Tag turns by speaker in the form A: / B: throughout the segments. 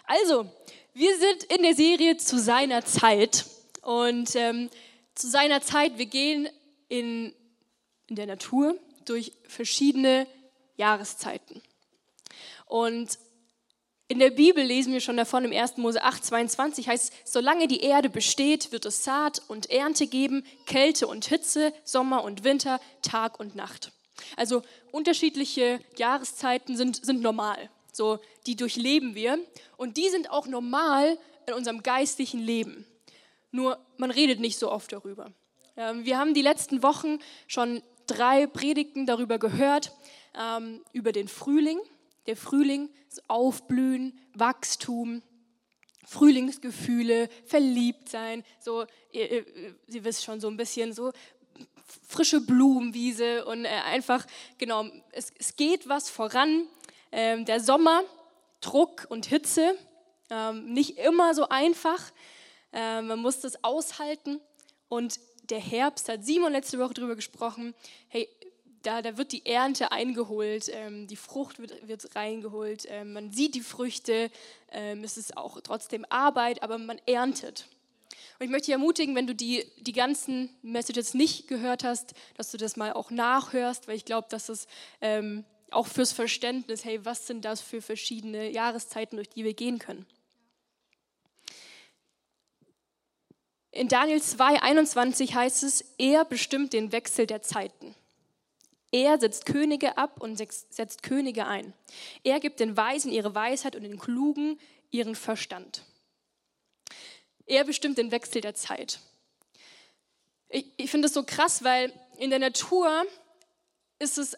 A: Also, wir sind in der Serie zu seiner Zeit und zu seiner Zeit, wir gehen in der Natur durch verschiedene Jahreszeiten. Und in der Bibel lesen wir schon davon, im 1. Mose 8,22 heißt es, solange die Erde besteht, wird es Saat und Ernte geben, Kälte und Hitze, Sommer und Winter, Tag und Nacht. Also unterschiedliche Jahreszeiten sind normal, so die durchleben wir und die sind auch normal in unserem geistlichen Leben. Nur man redet nicht so oft darüber. Wir haben die letzten Wochen schon 3 Predigten darüber gehört, über den Frühling. Der Frühling ist Aufblühen, Wachstum, Frühlingsgefühle, Verliebtsein, so, Sie wisst schon, so ein bisschen so frische Blumenwiese und einfach, genau, es geht was voran. Der Sommer, Druck und Hitze, nicht immer so einfach, man muss das aushalten und der Herbst, hat Simon letzte Woche drüber gesprochen, hey, da wird die Ernte eingeholt, die Frucht wird reingeholt, man sieht die Früchte, es ist auch trotzdem Arbeit, aber man erntet. Und ich möchte dich ermutigen, wenn du die ganzen Messages nicht gehört hast, dass du das mal auch nachhörst, weil ich glaube, dass es auch fürs Verständnis, hey, was sind das für verschiedene Jahreszeiten, durch die wir gehen können. In Daniel 2,21 heißt es, er bestimmt den Wechsel der Zeiten. Er setzt Könige ab und setzt Könige ein. Er gibt den Weisen ihre Weisheit und den Klugen ihren Verstand. Er bestimmt den Wechsel der Zeit. Ich finde das so krass, weil in der Natur ist es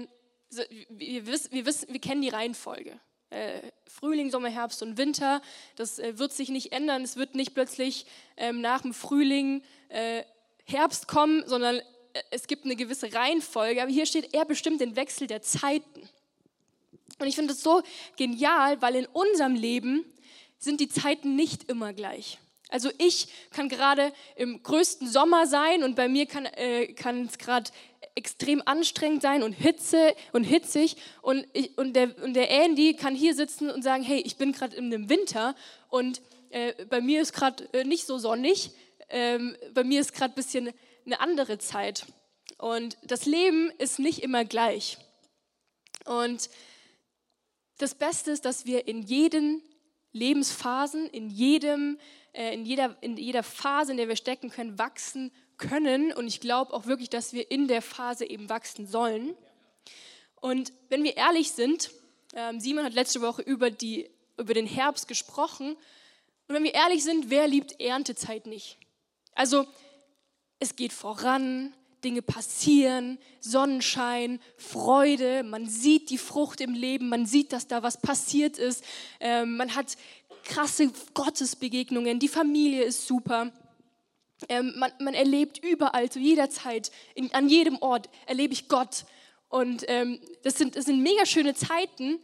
A: wir kennen die Reihenfolge. Frühling, Sommer, Herbst und Winter, das wird sich nicht ändern. Es wird nicht plötzlich nach dem Frühling Herbst kommen, sondern es gibt eine gewisse Reihenfolge, aber hier steht, er bestimmt den Wechsel der Zeiten. Und ich finde das so genial, weil in unserem Leben sind die Zeiten nicht immer gleich. Also ich kann gerade im größten Sommer sein und bei mir kann es gerade extrem anstrengend sein und hitzig und der Andy kann hier sitzen und sagen, hey, ich bin gerade in einem Winter und bei mir ist gerade nicht so sonnig, bei mir ist gerade ein bisschen eine andere Zeit. Und das Leben ist nicht immer gleich. Und das Beste ist, dass wir in jeden Lebensphasen, in jeder Phase, in der wir stecken können, wachsen können. Und ich glaube auch wirklich, dass wir in der Phase eben wachsen sollen. Und wenn wir ehrlich sind, Simon hat letzte Woche über den Herbst gesprochen. Und wenn wir ehrlich sind, wer liebt Erntezeit nicht? Also es geht voran, Dinge passieren, Sonnenschein, Freude, man sieht die Frucht im Leben, man sieht, dass da was passiert ist, man hat krasse Gottesbegegnungen, die Familie ist super, man erlebt überall, zu jeder Zeit, an jedem Ort erlebe ich Gott und das sind mega schöne Zeiten,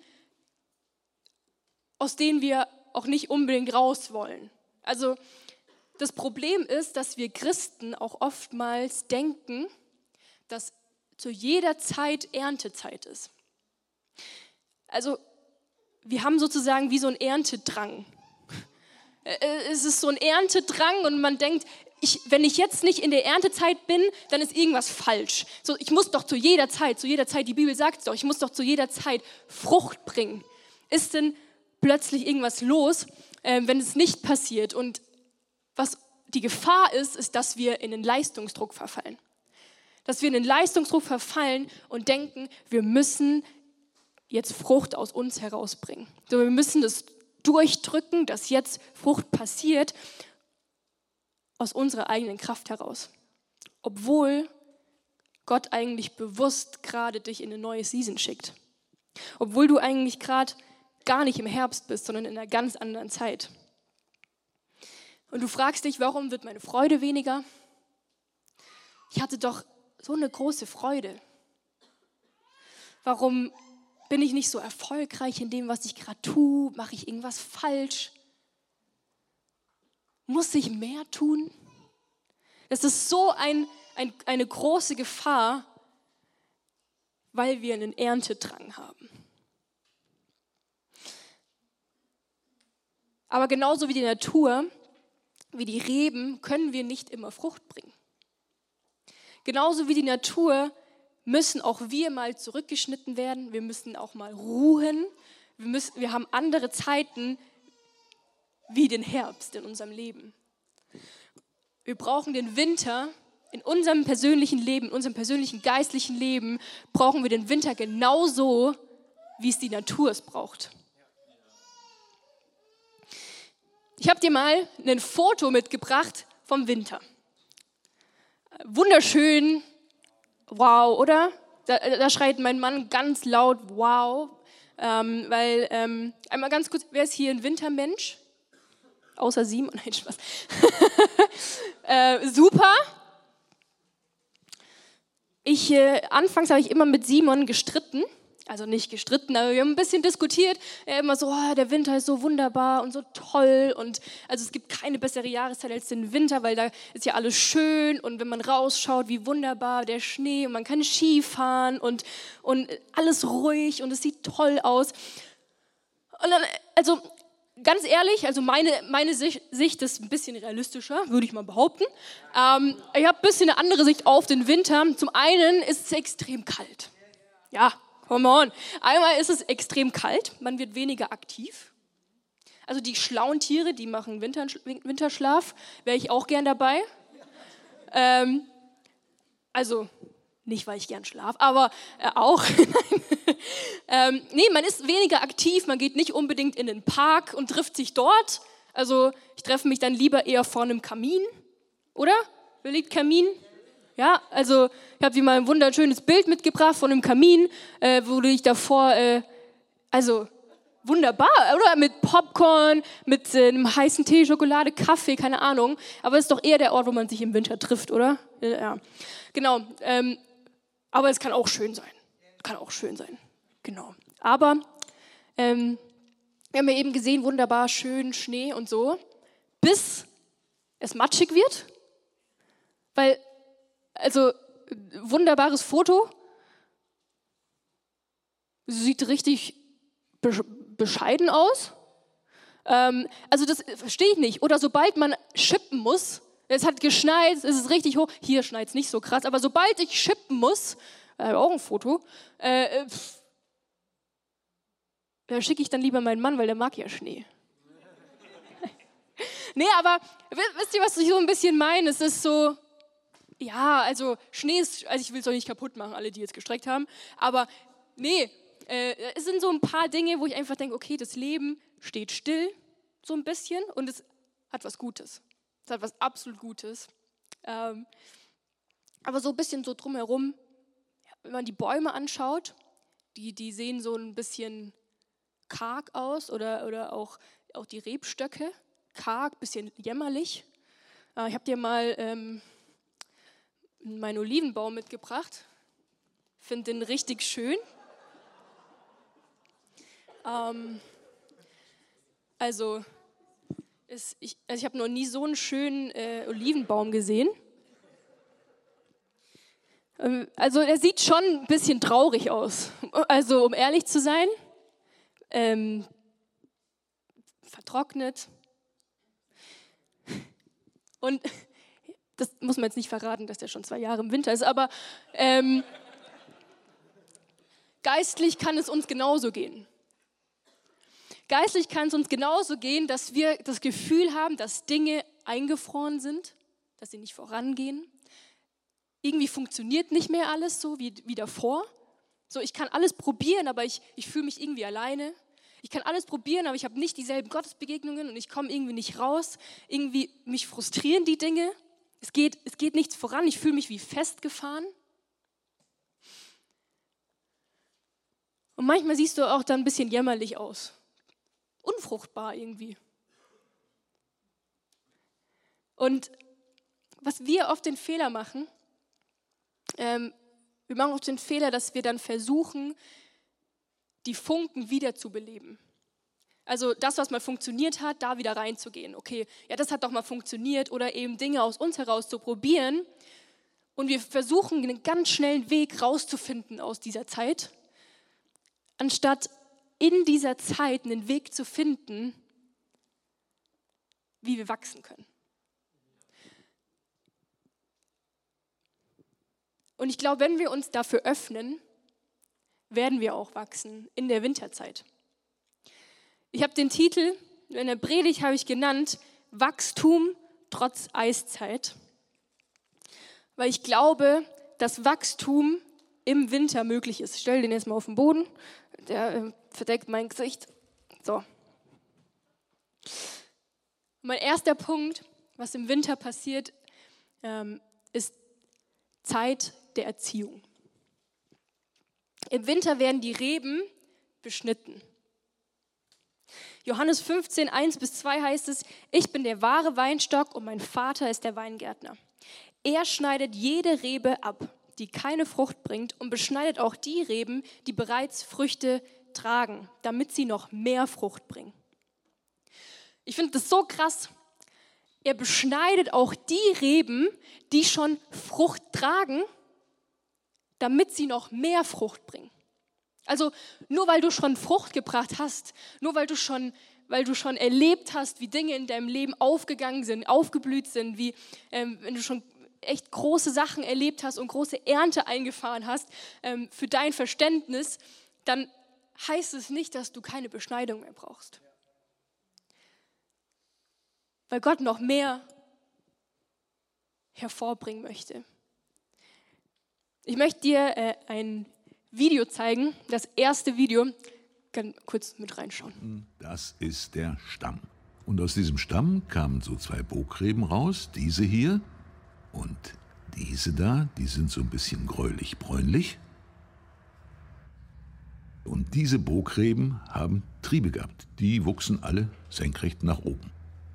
A: aus denen wir auch nicht unbedingt raus wollen. Also das Problem ist, dass wir Christen auch oftmals denken, dass zu jeder Zeit Erntezeit ist. Also wir haben sozusagen wie so einen Erntedrang. Es ist so ein Erntedrang und man denkt, wenn ich jetzt nicht in der Erntezeit bin, dann ist irgendwas falsch. So, ich muss doch zu jeder Zeit, die Bibel sagt es doch, ich muss doch zu jeder Zeit Frucht bringen. Ist denn plötzlich irgendwas los, wenn es nicht passiert? Und was die Gefahr ist, dass wir in den Leistungsdruck verfallen. Dass wir in den Leistungsdruck verfallen und denken, wir müssen jetzt Frucht aus uns herausbringen. So, wir müssen das durchdrücken, dass jetzt Frucht passiert aus unserer eigenen Kraft heraus. Obwohl Gott eigentlich bewusst gerade dich in eine neue Season schickt. Obwohl du eigentlich gerade gar nicht im Herbst bist, sondern in einer ganz anderen Zeit. Und du fragst dich, warum wird meine Freude weniger? Ich hatte doch so eine große Freude. Warum bin ich nicht so erfolgreich in dem, was ich gerade tue? Mache ich irgendwas falsch? Muss ich mehr tun? Das ist so eine große Gefahr, weil wir einen Erntedrang haben. Aber genauso wie die Natur, wie die Reben, können wir nicht immer Frucht bringen. Genauso wie die Natur müssen auch wir mal zurückgeschnitten werden. Wir müssen auch mal ruhen. Wir haben andere Zeiten wie den Herbst in unserem Leben. Wir brauchen den Winter in unserem persönlichen Leben, in unserem persönlichen geistlichen Leben, brauchen wir den Winter genauso, wie es die Natur es braucht. Ich habe dir mal ein Foto mitgebracht vom Winter. Wunderschön, wow, oder? Da schreit mein Mann ganz laut, wow, weil, einmal ganz kurz, wer ist hier ein Wintermensch? Außer Simon, nein, Spaß. Super. Anfangs habe ich immer mit Simon gestritten, also nicht gestritten, aber wir haben ein bisschen diskutiert. Er immer so, oh, der Winter ist so wunderbar und so toll und also es gibt keine bessere Jahreszeit als den Winter, weil da ist ja alles schön und wenn man rausschaut, wie wunderbar der Schnee und man kann Ski fahren und alles ruhig und es sieht toll aus. Und dann, also ganz ehrlich, also meine Sicht ist ein bisschen realistischer, würde ich mal behaupten. Ich habe ein bisschen eine andere Sicht auf den Winter. Zum einen ist es extrem kalt. Ja, come on. Einmal ist es extrem kalt, man wird weniger aktiv. Also die schlauen Tiere, die machen Winterschlaf, wäre ich auch gern dabei. Also nicht, weil ich gern schlafe, aber auch. Nee, man ist weniger aktiv, man geht nicht unbedingt in den Park und trifft sich dort. Also ich treffe mich dann lieber eher vor einem Kamin, oder? Wer liegt Kamin? Ja, also ich habe dir mal ein wunderschönes Bild mitgebracht von einem Kamin, wo du dich davor, also wunderbar, oder? Mit Popcorn, mit einem heißen Tee, Schokolade, Kaffee, keine Ahnung. Aber es ist doch eher der Ort, wo man sich im Winter trifft, oder? Ja, genau. Aber es kann auch schön sein. Kann auch schön sein. Genau. Aber wir haben ja eben gesehen, wunderbar, schön, Schnee und so, bis es matschig wird. Weil, also, wunderbares Foto, sieht richtig bescheiden aus. Also das verstehe ich nicht. Oder sobald man schippen muss, es hat geschneit, es ist richtig hoch, hier schneit es nicht so krass, aber sobald ich schippen muss, auch ein Foto, da schicke ich dann lieber meinen Mann, weil der mag ja Schnee. Nee, aber wisst ihr, was ich so ein bisschen meine? Es ist so, ja, also Schnee ist, also ich will es doch nicht kaputt machen, alle, die jetzt gestreckt haben, aber nee, es sind so ein paar Dinge, wo ich einfach denke, okay, das Leben steht still, so ein bisschen, und es hat was Gutes. Es hat was absolut Gutes. Aber so ein bisschen so drumherum, wenn man die Bäume anschaut, die sehen so ein bisschen karg aus oder auch die Rebstöcke, karg, bisschen jämmerlich. Ich habe dir mal meinen Olivenbaum mitgebracht. Finde den richtig schön. Ich habe noch nie so einen schönen Olivenbaum gesehen. Also er sieht schon ein bisschen traurig aus. Also um ehrlich zu sein, vertrocknet. Und das muss man jetzt nicht verraten, dass der schon 2 Jahre im Winter ist, aber geistlich kann es uns genauso gehen. Geistlich kann es uns genauso gehen, dass wir das Gefühl haben, dass Dinge eingefroren sind, dass sie nicht vorangehen. Irgendwie funktioniert nicht mehr alles so wie davor. So, ich kann alles probieren, aber ich fühle mich irgendwie alleine. Ich kann alles probieren, aber ich habe nicht dieselben Gottesbegegnungen und ich komme irgendwie nicht raus. Irgendwie mich frustrieren die Dinge. Es geht nichts voran. Ich fühle mich wie festgefahren. Und manchmal siehst du auch dann ein bisschen jämmerlich aus. Unfruchtbar irgendwie. Und was wir oft den Fehler machen, wir machen oft den Fehler, dass wir dann versuchen, die Funken wiederzubeleben. Also das, was mal funktioniert hat, da wieder reinzugehen. Okay, ja, das hat doch mal funktioniert, oder eben Dinge aus uns heraus zu probieren. Und wir versuchen, einen ganz schnellen Weg rauszufinden aus dieser Zeit, anstatt in dieser Zeit einen Weg zu finden, wie wir wachsen können. Und ich glaube, wenn wir uns dafür öffnen, werden wir auch wachsen in der Winterzeit. Ich habe den Titel, in der Predigt habe ich genannt, Wachstum trotz Eiszeit. Weil ich glaube, dass Wachstum im Winter möglich ist. Ich stelle den jetzt mal auf den Boden, der verdeckt mein Gesicht. So. Mein erster Punkt, was im Winter passiert, ist Zeit der Erziehung. Im Winter werden die Reben beschnitten. Johannes 15, 1-2 heißt es, ich bin der wahre Weinstock und mein Vater ist der Weingärtner. Er schneidet jede Rebe ab, die keine Frucht bringt, und beschneidet auch die Reben, die bereits Früchte tragen, damit sie noch mehr Frucht bringen. Ich finde das so krass. Er beschneidet auch die Reben, die schon Frucht tragen, damit sie noch mehr Frucht bringen. Also nur weil du schon Frucht gebracht hast, nur weil du schon erlebt hast, wie Dinge in deinem Leben aufgegangen sind, aufgeblüht sind, wie wenn du schon echt große Sachen erlebt hast und große Ernte eingefahren hast für dein Verständnis, dann heißt es nicht, dass du keine Beschneidung mehr brauchst. Weil Gott noch mehr hervorbringen möchte. Ich möchte dir ein Video zeigen, das erste Video. Ich kann kurz mit reinschauen.
B: Das ist der Stamm. Und aus diesem Stamm kamen so 2 Burgreben raus, diese hier und diese da, die sind so ein bisschen gräulich-bräunlich. Und diese Burgreben haben Triebe gehabt, die wuchsen alle senkrecht nach oben.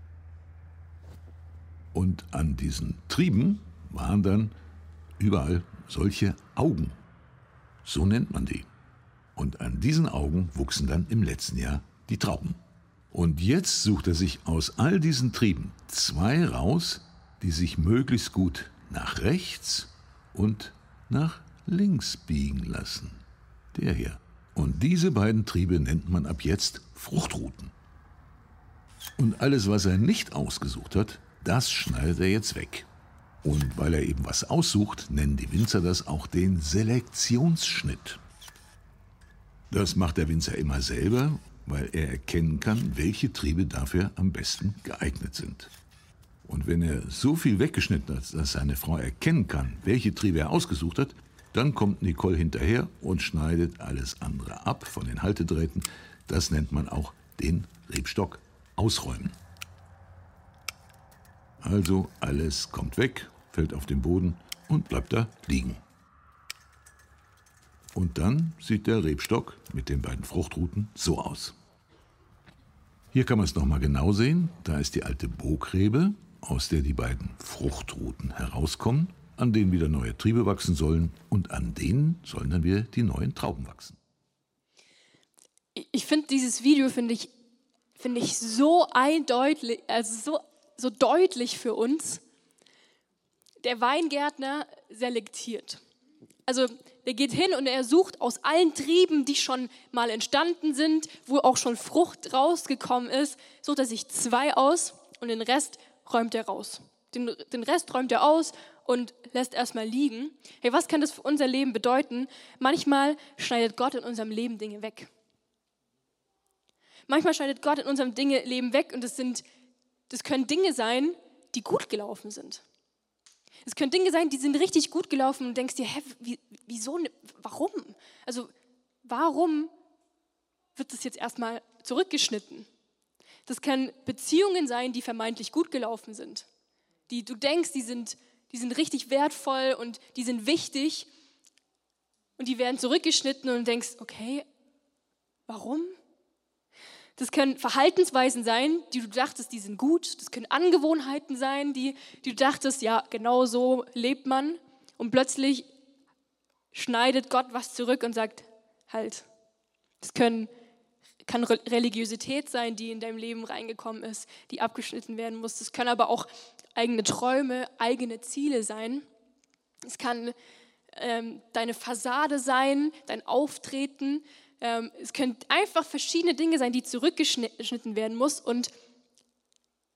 B: Und an diesen Trieben waren dann überall solche Augen. So nennt man die. Und an diesen Augen wuchsen dann im letzten Jahr die Trauben. Und jetzt sucht er sich aus all diesen Trieben 2 raus, die sich möglichst gut nach rechts und nach links biegen lassen. Der hier. Und diese beiden Triebe nennt man ab jetzt Fruchtruten. Und alles, was er nicht ausgesucht hat, das schneidet er jetzt weg. Und weil er eben was aussucht, nennen die Winzer das auch den Selektionsschnitt. Das macht der Winzer immer selber, weil er erkennen kann, welche Triebe dafür am besten geeignet sind. Und wenn er so viel weggeschnitten hat, dass seine Frau erkennen kann, welche Triebe er ausgesucht hat, dann kommt Nicole hinterher und schneidet alles andere ab von den Haltedrähten. Das nennt man auch den Rebstock ausräumen. Also alles kommt weg, fällt auf den Boden und bleibt da liegen. Und dann sieht der Rebstock mit den beiden Fruchtruten so aus. Hier kann man es nochmal genau sehen. Da ist die alte Burgrebe, aus der die beiden Fruchtruten herauskommen, an denen wieder neue Triebe wachsen sollen und an denen sollen dann wieder die neuen Trauben wachsen.
A: Ich finde dieses Video finde ich so eindeutig, also so deutlich für uns. Der Weingärtner selektiert. Also der geht hin und er sucht aus allen Trieben, die schon mal entstanden sind, wo auch schon Frucht rausgekommen ist, sucht er sich 2 aus und den Rest räumt er raus. Den Rest räumt er aus und lässt erstmal liegen. Hey, was kann das für unser Leben bedeuten? Manchmal schneidet Gott in unserem Leben Dinge weg. Manchmal schneidet Gott in unserem Leben weg und das können Dinge sein, die gut gelaufen sind. Es können Dinge sein, die sind richtig gut gelaufen und denkst dir, wieso, warum? Also warum wird das jetzt erstmal zurückgeschnitten? Das können Beziehungen sein, die vermeintlich gut gelaufen sind. Die du denkst, die sind richtig wertvoll und die sind wichtig und die werden zurückgeschnitten und du denkst, okay, warum? Das können Verhaltensweisen sein, die du dachtest, die sind gut. Das können Angewohnheiten sein, die du dachtest, ja, genau so lebt man. Und plötzlich schneidet Gott was zurück und sagt, halt. Das kann Religiosität sein, die in deinem Leben reingekommen ist, die abgeschnitten werden muss. Das können aber auch eigene Träume, eigene Ziele sein. Es kann deine Fassade sein, dein Auftreten. Es können einfach verschiedene Dinge sein, die zurückgeschnitten werden muss. Und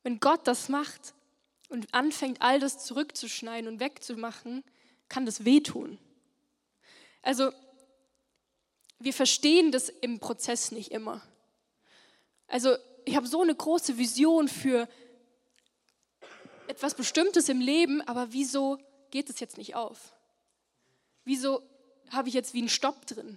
A: Wenn Gott das macht und anfängt, all das zurückzuschneiden und wegzumachen, kann das wehtun. Also, wir verstehen das im Prozess nicht immer. Also, ich habe so eine große Vision für etwas Bestimmtes im Leben, aber wieso geht es jetzt nicht auf? Wieso habe ich jetzt wie einen Stopp drin?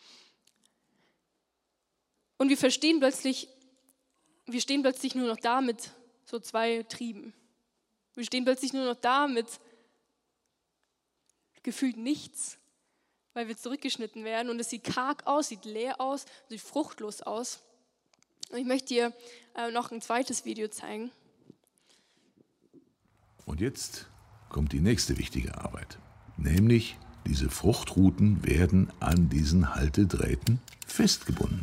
A: Und wir stehen plötzlich nur noch da mit so 2 Trieben. Wir stehen plötzlich nur noch da mit gefühlt nichts, weil wir zurückgeschnitten werden und es sieht karg aus, sieht leer aus, sieht fruchtlos aus. Und ich möchte dir noch ein zweites Video zeigen.
B: Und jetzt kommt die nächste wichtige Arbeit, nämlich diese Fruchtruten werden an diesen Haltedrähten festgebunden.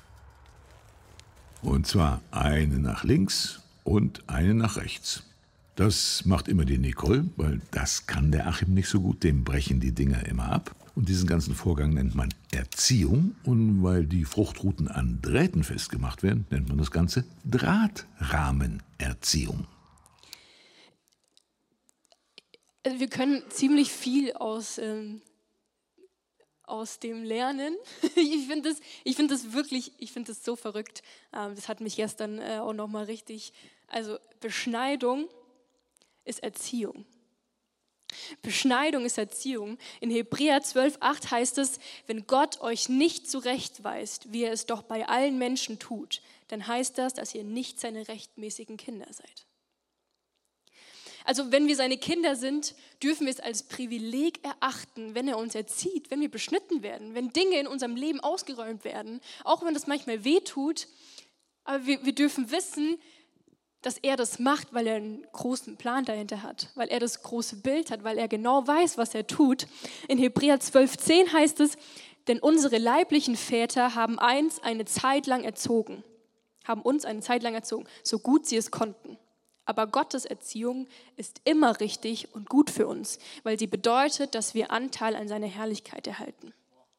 B: Und zwar eine nach links und eine nach rechts. Das macht immer die Nicole, weil das kann der Achim nicht so gut, dem brechen die Dinger immer ab. Und diesen ganzen Vorgang nennt man Erziehung. Und weil die Fruchtruten an Drähten festgemacht werden, nennt man das Ganze Drahtrahmenerziehung.
A: Also wir können ziemlich viel aus dem lernen. Ich finde das so verrückt. Das hat mich gestern auch nochmal richtig, also Beschneidung ist Erziehung. Beschneidung ist Erziehung. In Hebräer 12,8 heißt es, wenn Gott euch nicht zurechtweist, wie er es doch bei allen Menschen tut, dann heißt das, dass ihr nicht seine rechtmäßigen Kinder seid. Also wenn wir seine Kinder sind, dürfen wir es als Privileg erachten, wenn er uns erzieht, wenn wir beschnitten werden, wenn Dinge in unserem Leben ausgeräumt werden, auch wenn das manchmal wehtut, aber wir dürfen wissen, dass er das macht, weil er einen großen Plan dahinter hat, weil er das große Bild hat, weil er genau weiß, was er tut. In Hebräer 12,10 heißt es, denn unsere leiblichen Väter haben uns eine Zeit lang erzogen, so gut sie es konnten. Aber Gottes Erziehung ist immer richtig und gut für uns, weil sie bedeutet, dass wir Anteil an seiner Herrlichkeit erhalten.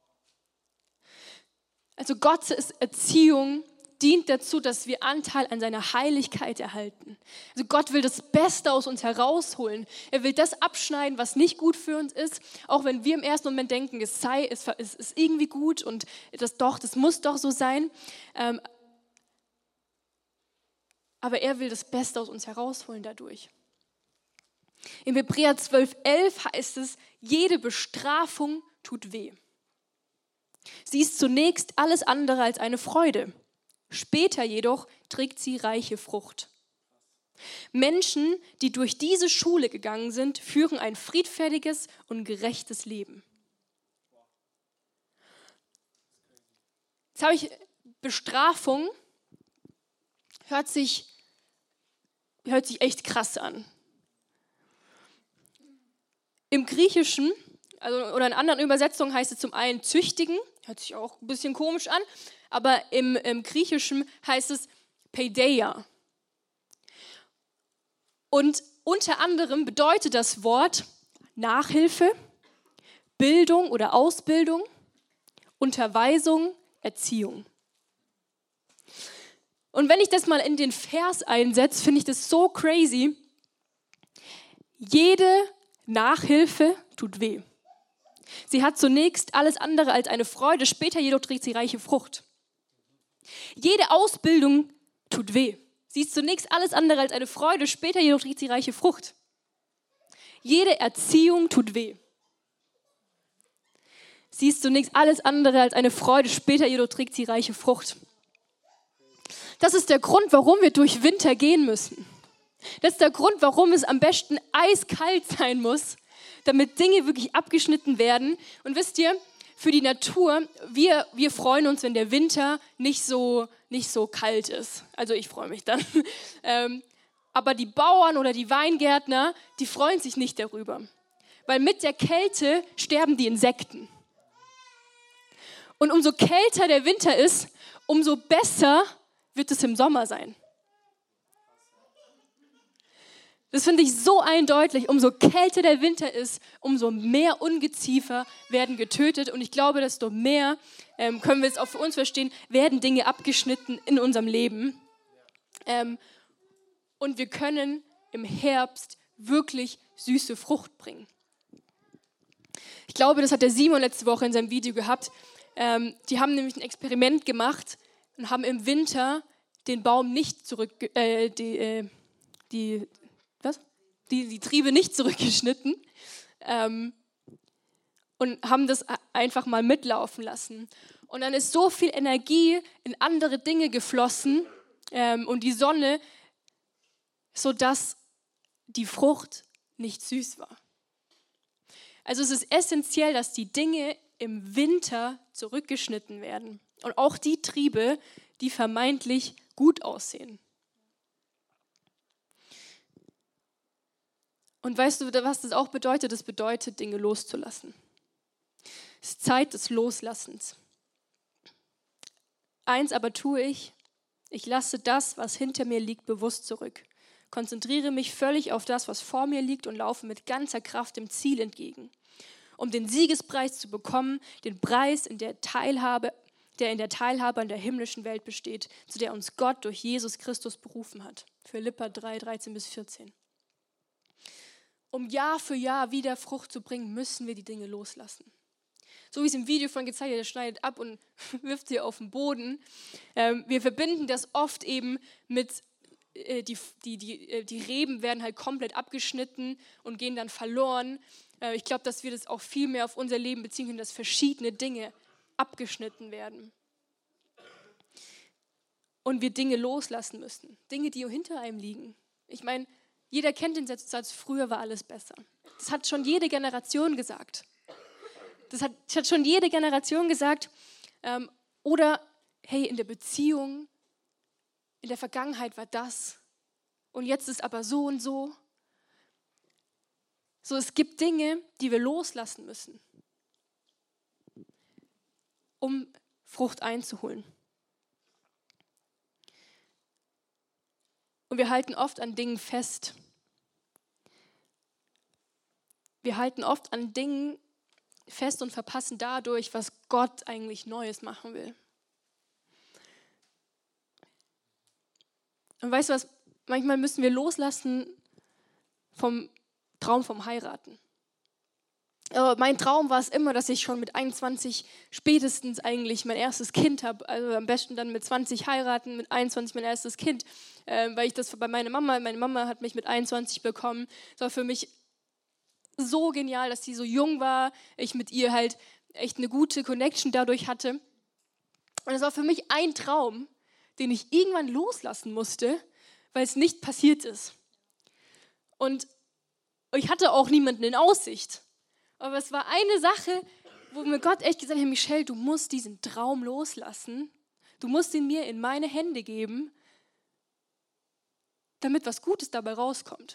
A: Also Gottes Erziehung dient dazu, dass wir Anteil an seiner Heiligkeit erhalten. Also Gott will das Beste aus uns herausholen. Er will das abschneiden, was nicht gut für uns ist, auch wenn wir im ersten Moment denken, es ist irgendwie gut und das muss doch so sein. Aber er will das Beste aus uns herausholen dadurch. Im Hebräer 12,11 heißt es, jede Bestrafung tut weh. Sie ist zunächst alles andere als eine Freude. Später jedoch trägt sie reiche Frucht. Menschen, die durch diese Schule gegangen sind, führen ein friedfertiges und gerechtes Leben. Jetzt habe ich Bestrafung, hört sich echt krass an. Im Griechischen, oder in anderen Übersetzungen heißt es zum einen züchtigen, hört sich auch ein bisschen komisch an, aber im Griechischen heißt es Paideia. Und unter anderem bedeutet das Wort Nachhilfe, Bildung oder Ausbildung, Unterweisung, Erziehung. Und wenn ich das mal in den Vers einsetze, finde ich das so crazy. Jede Nachhilfe tut weh. Sie hat zunächst alles andere als eine Freude, später jedoch trägt sie reiche Frucht. Jede Ausbildung tut weh. Sie ist zunächst alles andere als eine Freude, später jedoch trägt sie reiche Frucht. Jede Erziehung tut weh. Sie ist zunächst alles andere als eine Freude, später jedoch trägt sie reiche Frucht. Das ist der Grund, warum wir durch Winter gehen müssen. Das ist der Grund, warum es am besten eiskalt sein muss, damit Dinge wirklich abgeschnitten werden. Und wisst ihr, für die Natur, wir freuen uns, wenn der Winter nicht so kalt ist. Also ich freue mich dann. Aber die Bauern oder die Weingärtner, die freuen sich nicht darüber. Weil mit der Kälte sterben die Insekten. Und umso kälter der Winter ist, umso besser wird es im Sommer sein. Das finde ich so eindeutig. Umso kälter der Winter ist, umso mehr Ungeziefer werden getötet. Und ich glaube, desto mehr, können wir es auch für uns verstehen, werden Dinge abgeschnitten in unserem Leben. und wir können im Herbst wirklich süße Frucht bringen. Ich glaube, das hat der Simon letzte Woche in seinem Video gehabt. Die haben nämlich ein Experiment gemacht und haben im Winter den Baum nicht die Triebe nicht zurückgeschnitten und haben das einfach mal mitlaufen lassen. Und dann ist so viel Energie in andere Dinge geflossen und die Sonne, sodass die Frucht nicht süß war. Also es ist essentiell, dass die Dinge im Winter zurückgeschnitten werden. Und auch die Triebe, die vermeintlich gut aussehen. Und weißt du, was das auch bedeutet? Das bedeutet, Dinge loszulassen. Es ist Zeit des Loslassens. Eins aber tue ich lasse das, was hinter mir liegt, bewusst zurück. Konzentriere mich völlig auf das, was vor mir liegt und laufe mit ganzer Kraft dem Ziel entgegen. Um den Siegespreis zu bekommen, den Preis, der in der Teilhabe an der himmlischen Welt besteht, zu der uns Gott durch Jesus Christus berufen hat. Philipper 3, 13-14. Um Jahr für Jahr wieder Frucht zu bringen, müssen wir die Dinge loslassen. So wie es im Video von gezeigt hat, er schneidet ab und wirft sie auf den Boden. Wir verbinden das oft eben mit, die Reben werden halt komplett abgeschnitten und gehen dann verloren. Ich glaube, dass wir das auch viel mehr auf unser Leben beziehen können, dass verschiedene Dinge abgeschnitten werden. Und wir Dinge loslassen müssen. Dinge, die hinter einem liegen. Ich meine, jeder kennt den Satz, früher war alles besser. Das hat schon jede Generation gesagt. Das hat schon jede Generation gesagt. Oder, hey, in der Beziehung, in der Vergangenheit war das. Und jetzt ist aber so und so. So, es gibt Dinge, die wir loslassen müssen, um Frucht einzuholen. Und wir halten oft an Dingen fest. Wir halten oft an Dingen fest und verpassen dadurch, was Gott eigentlich Neues machen will. Und weißt du was, manchmal müssen wir loslassen vom Traum vom Heiraten. Aber mein Traum war es immer, dass ich schon mit 21 spätestens eigentlich mein erstes Kind habe. Also am besten dann mit 20 heiraten, mit 21 mein erstes Kind. Weil ich das bei meine Mama hat mich mit 21 bekommen. Das war für mich so genial, dass sie so jung war. Ich mit ihr halt echt eine gute Connection dadurch hatte. Und es war für mich ein Traum, den ich irgendwann loslassen musste, weil es nicht passiert ist. Und ich hatte auch niemanden in Aussicht. Aber es war eine Sache, wo mir Gott echt gesagt hat, Michelle, du musst diesen Traum loslassen. Du musst ihn mir in meine Hände geben, damit was Gutes dabei rauskommt.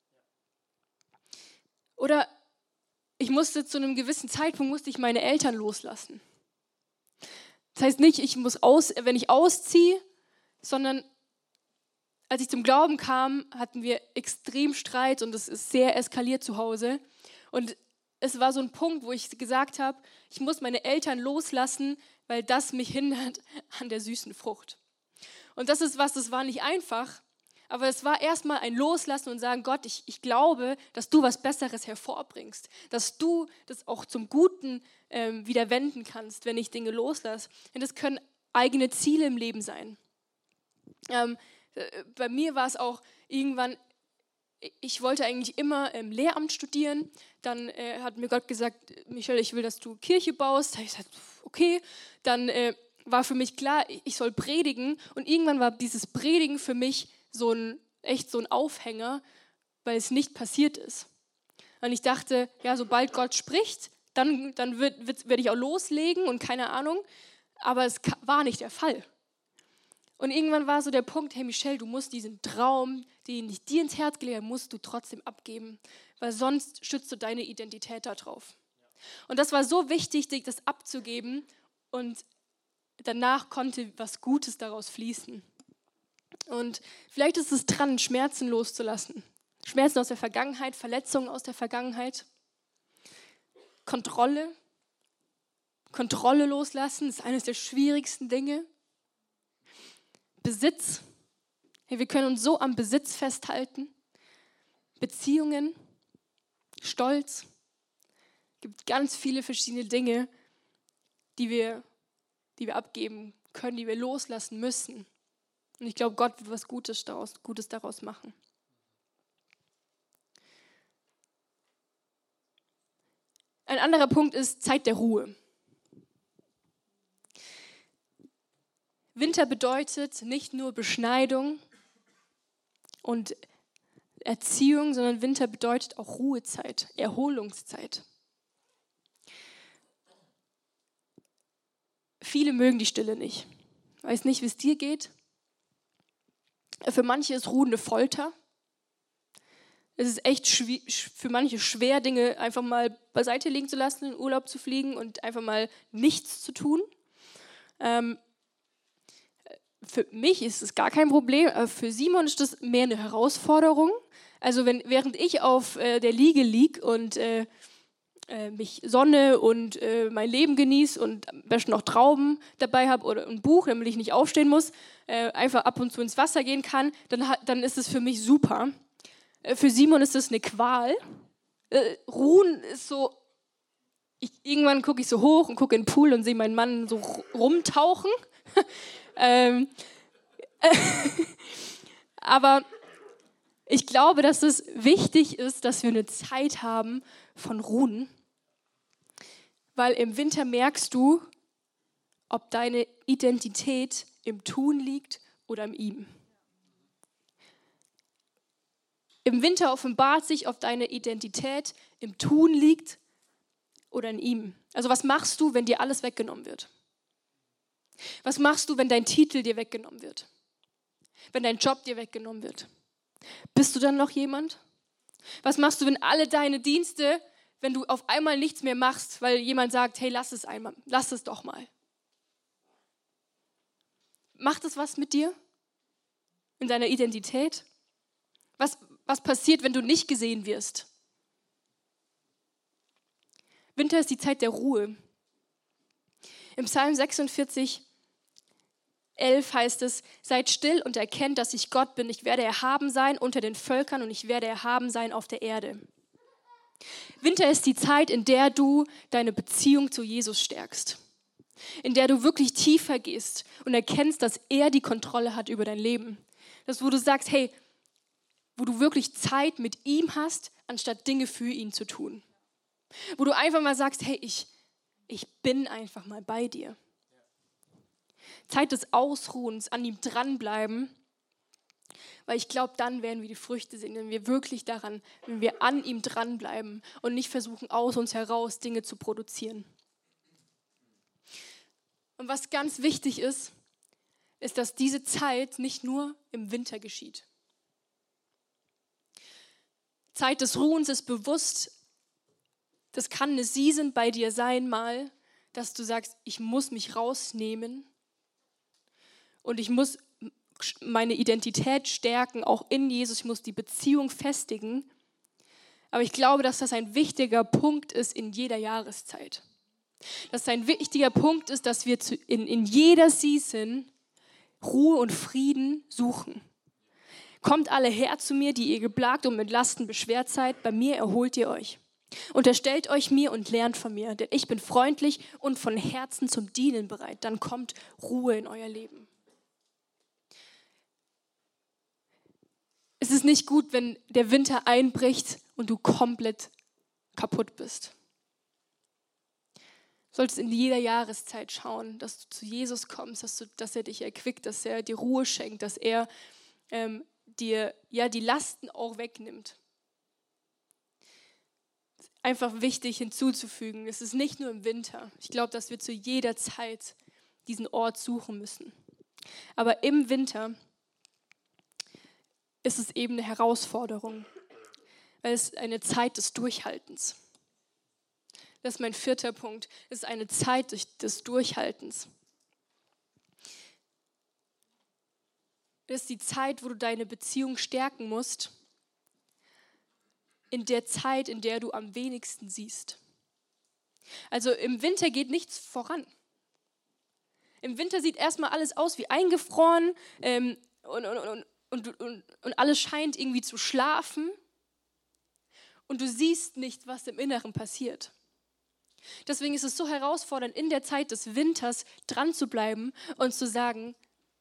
A: Oder zu einem gewissen Zeitpunkt ich meine Eltern loslassen. Das heißt nicht, wenn ich ausziehe, sondern als ich zum Glauben kam, hatten wir extrem Streit und es ist sehr eskaliert zu Hause. Und es war so ein Punkt, wo ich gesagt habe, ich muss meine Eltern loslassen, weil das mich hindert an der süßen Frucht. Und das war nicht einfach, aber es war erstmal ein Loslassen und sagen, Gott, ich glaube, dass du was Besseres hervorbringst, dass du das auch zum Guten wieder wenden kannst, wenn ich Dinge loslasse. Und das können eigene Ziele im Leben sein. Bei mir war es auch irgendwann, ich wollte eigentlich immer Lehramt studieren. Dann hat mir Gott gesagt, Michelle, ich will, dass du Kirche baust. Da habe ich gesagt, okay. Dann war für mich klar, ich soll predigen. Und irgendwann war dieses Predigen für mich echt so ein Aufhänger, weil es nicht passiert ist. Und ich dachte, ja, sobald Gott spricht, dann werde ich auch loslegen und keine Ahnung. Aber es war nicht der Fall. Und irgendwann war so der Punkt, hey Michelle, du musst diesen Traum, den ich dir ins Herz gelegt habe, musst du trotzdem abgeben, weil sonst schützt du deine Identität da drauf. Und das war so wichtig, das abzugeben und danach konnte was Gutes daraus fließen. Und vielleicht ist es dran, Schmerzen loszulassen. Schmerzen aus der Vergangenheit, Verletzungen aus der Vergangenheit. Kontrolle loslassen ist eines der schwierigsten Dinge. Besitz, Hey, wir können uns so am Besitz festhalten, Beziehungen, Stolz. Es gibt ganz viele verschiedene Dinge, die wir abgeben können, die wir loslassen müssen. Und ich glaube, Gott wird was Gutes daraus machen. Ein anderer Punkt ist Zeit der Ruhe. Winter bedeutet nicht nur Beschneidung und Erziehung, sondern Winter bedeutet auch Ruhezeit, Erholungszeit. Viele mögen die Stille nicht. Ich weiß nicht, wie es dir geht. Für manche ist Ruhe eine Folter. Es ist echt für manche schwer, Dinge einfach mal beiseite legen zu lassen, in Urlaub zu fliegen und einfach mal nichts zu tun. Für mich ist es gar kein Problem, aber für Simon ist das mehr eine Herausforderung. Also während ich auf der Liege liege und mich sonne und mein Leben genieße und am besten noch Trauben dabei habe oder ein Buch, damit ich nicht aufstehen muss, einfach ab und zu ins Wasser gehen kann, dann ist es für mich super. Für Simon ist das eine Qual. Ruhen ist so, irgendwann gucke ich so hoch und gucke in den Pool und sehe meinen Mann so rumtauchen. Aber ich glaube, dass es wichtig ist, dass wir eine Zeit haben von Ruhen, weil im Winter merkst du, ob deine Identität im Tun liegt oder im Ihm. Im Winter offenbart sich, ob deine Identität im Tun liegt oder in ihm. Also was machst du, wenn dir alles weggenommen wird? Was machst du, wenn dein Titel dir weggenommen wird? Wenn dein Job dir weggenommen wird? Bist du dann noch jemand? Was machst du, wenn alle deine Dienste, wenn du auf einmal nichts mehr machst, weil jemand sagt, hey, lass es doch mal. Macht es was mit dir? In deiner Identität? Was passiert, wenn du nicht gesehen wirst? Winter ist die Zeit der Ruhe. Im Psalm 46, 11 heißt es, seid still und erkennt, dass ich Gott bin. Ich werde erhaben sein unter den Völkern und ich werde erhaben sein auf der Erde. Winter ist die Zeit, in der du deine Beziehung zu Jesus stärkst. In der du wirklich tiefer gehst und erkennst, dass er die Kontrolle hat über dein Leben. Das, wo du sagst, hey, wo du wirklich Zeit mit ihm hast, anstatt Dinge für ihn zu tun. Wo du einfach mal sagst, hey, ich bin einfach mal bei dir. Zeit des Ausruhens, an ihm dranbleiben, weil ich glaube, dann werden wir die Früchte sehen, wenn wir an ihm dranbleiben und nicht versuchen, aus uns heraus Dinge zu produzieren. Und was ganz wichtig ist, dass diese Zeit nicht nur im Winter geschieht. Zeit des Ruhens ist bewusst, das kann eine Season bei dir sein mal, dass du sagst, ich muss mich rausnehmen und ich muss meine Identität stärken, auch in Jesus, ich muss die Beziehung festigen. Aber ich glaube, dass das ein wichtiger Punkt ist in jeder Jahreszeit. Dass es ein wichtiger Punkt ist, dass wir in jeder Season Ruhe und Frieden suchen. Kommt alle her zu mir, die ihr geplagt und mit Lasten beschwert seid, bei mir erholt ihr euch. Unterstellt euch mir und lernt von mir, denn ich bin freundlich und von Herzen zum Dienen bereit. Dann kommt Ruhe in euer Leben. Es ist nicht gut, wenn der Winter einbricht und du komplett kaputt bist. Du solltest in jeder Jahreszeit schauen, dass du zu Jesus kommst, dass er dich erquickt, dass er dir Ruhe schenkt, dass er dir die Lasten auch wegnimmt. Einfach wichtig hinzuzufügen, es ist nicht nur im Winter. Ich glaube, dass wir zu jeder Zeit diesen Ort suchen müssen. Aber im Winter ist es eben eine Herausforderung, weil es eine Zeit des Durchhaltens. Das ist mein 4. Punkt. Es ist eine Zeit des Durchhaltens. Das ist die Zeit, wo du deine Beziehung stärken musst, in der Zeit, in der du am wenigsten siehst. Also im Winter geht nichts voran. Im Winter sieht erstmal alles aus wie eingefroren und und alles scheint irgendwie zu schlafen und du siehst nicht, was im Inneren passiert. Deswegen ist es so herausfordernd, in der Zeit des Winters dran zu bleiben und zu sagen,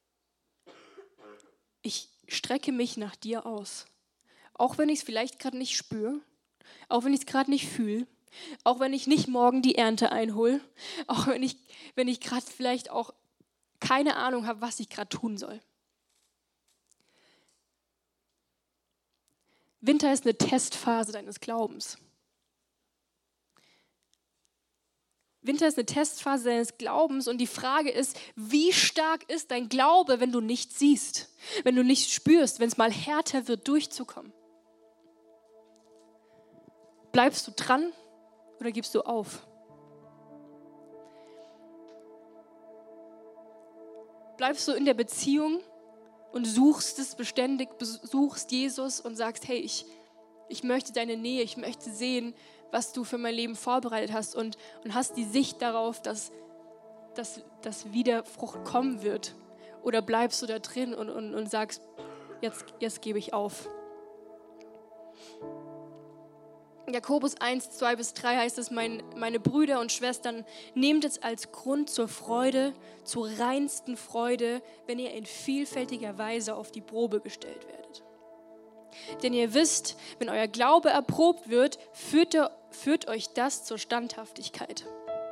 A: ich strecke mich nach dir aus. Auch wenn ich es vielleicht gerade nicht spüre, auch wenn ich es gerade nicht fühle, auch wenn ich nicht morgen die Ernte einhole, auch wenn ich gerade vielleicht auch keine Ahnung habe, was ich gerade tun soll. Winter ist eine Testphase deines Glaubens. Winter ist eine Testphase deines Glaubens und die Frage ist, wie stark ist dein Glaube, wenn du nichts siehst, wenn du nichts spürst, wenn es mal härter wird, durchzukommen? Bleibst du dran oder gibst du auf? Bleibst du in der Beziehung und suchst es beständig, suchst Jesus und sagst, hey, ich möchte deine Nähe, ich möchte sehen, was du für mein Leben vorbereitet hast und hast die Sicht darauf, dass wieder Frucht kommen wird? Oder bleibst du da drin und sagst, jetzt gebe ich auf? In Jakobus 1, 2-3 heißt es, meine Brüder und Schwestern, nehmt es als Grund zur Freude, zur reinsten Freude, wenn ihr in vielfältiger Weise auf die Probe gestellt werdet. Denn ihr wisst, wenn euer Glaube erprobt wird, führt euch das zur Standhaftigkeit.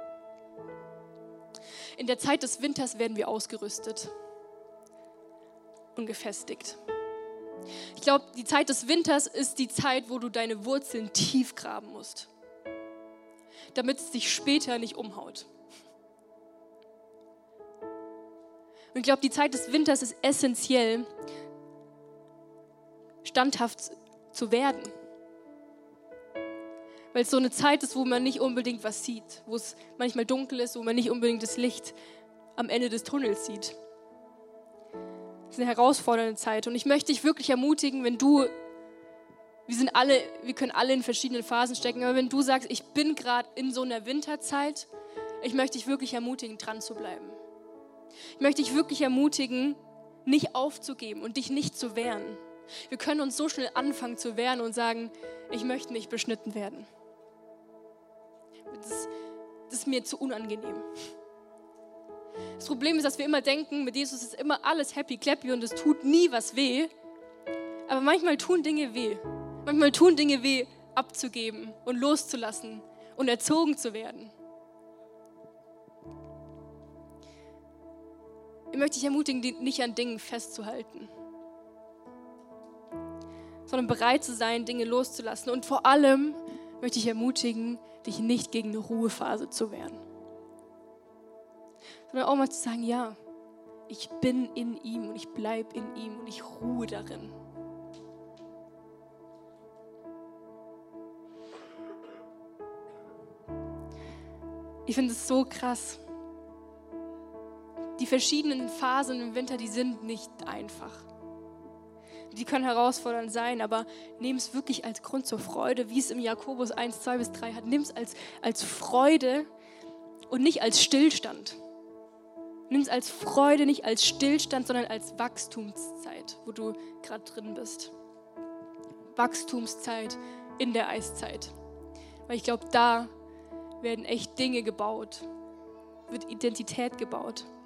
A: In der Zeit des Winters werden wir ausgerüstet und gefestigt. Ich glaube, die Zeit des Winters ist die Zeit, wo du deine Wurzeln tief graben musst, damit es dich später nicht umhaut. Und ich glaube, die Zeit des Winters ist essentiell, standhaft zu werden. Weil es so eine Zeit ist, wo man nicht unbedingt was sieht, wo es manchmal dunkel ist, wo man nicht unbedingt das Licht am Ende des Tunnels sieht. Es ist eine herausfordernde Zeit und ich möchte dich wirklich ermutigen, wenn wir können alle in verschiedenen Phasen stecken, aber wenn du sagst, ich bin gerade in so einer Winterzeit, ich möchte dich wirklich ermutigen, dran zu bleiben. Ich möchte dich wirklich ermutigen, nicht aufzugeben und dich nicht zu wehren. Wir können uns so schnell anfangen zu wehren und sagen, ich möchte nicht beschnitten werden. Das ist mir zu unangenehm. Das Problem ist, dass wir immer denken, mit Jesus ist immer alles happy clappy und es tut nie was weh. Aber manchmal tun Dinge weh. Manchmal tun Dinge weh, abzugeben und loszulassen und erzogen zu werden. Ich möchte dich ermutigen, nicht an Dingen festzuhalten, sondern bereit zu sein, Dinge loszulassen. Und vor allem möchte ich ermutigen, dich nicht gegen eine Ruhephase zu wehren. Sondern auch mal zu sagen, ja, ich bin in ihm und ich bleibe in ihm und ich ruhe darin. Ich finde es so krass. Die verschiedenen Phasen im Winter, die sind nicht einfach. Die können herausfordernd sein, aber nimm es wirklich als Grund zur Freude, wie es im Jakobus 1, 2-3 hat. Nimm es als Freude und nicht als Stillstand. Nimm es als Freude, nicht als Stillstand, sondern als Wachstumszeit, wo du gerade drin bist. Wachstumszeit in der Eiszeit. Weil ich glaube, da werden echt Dinge gebaut, wird Identität gebaut.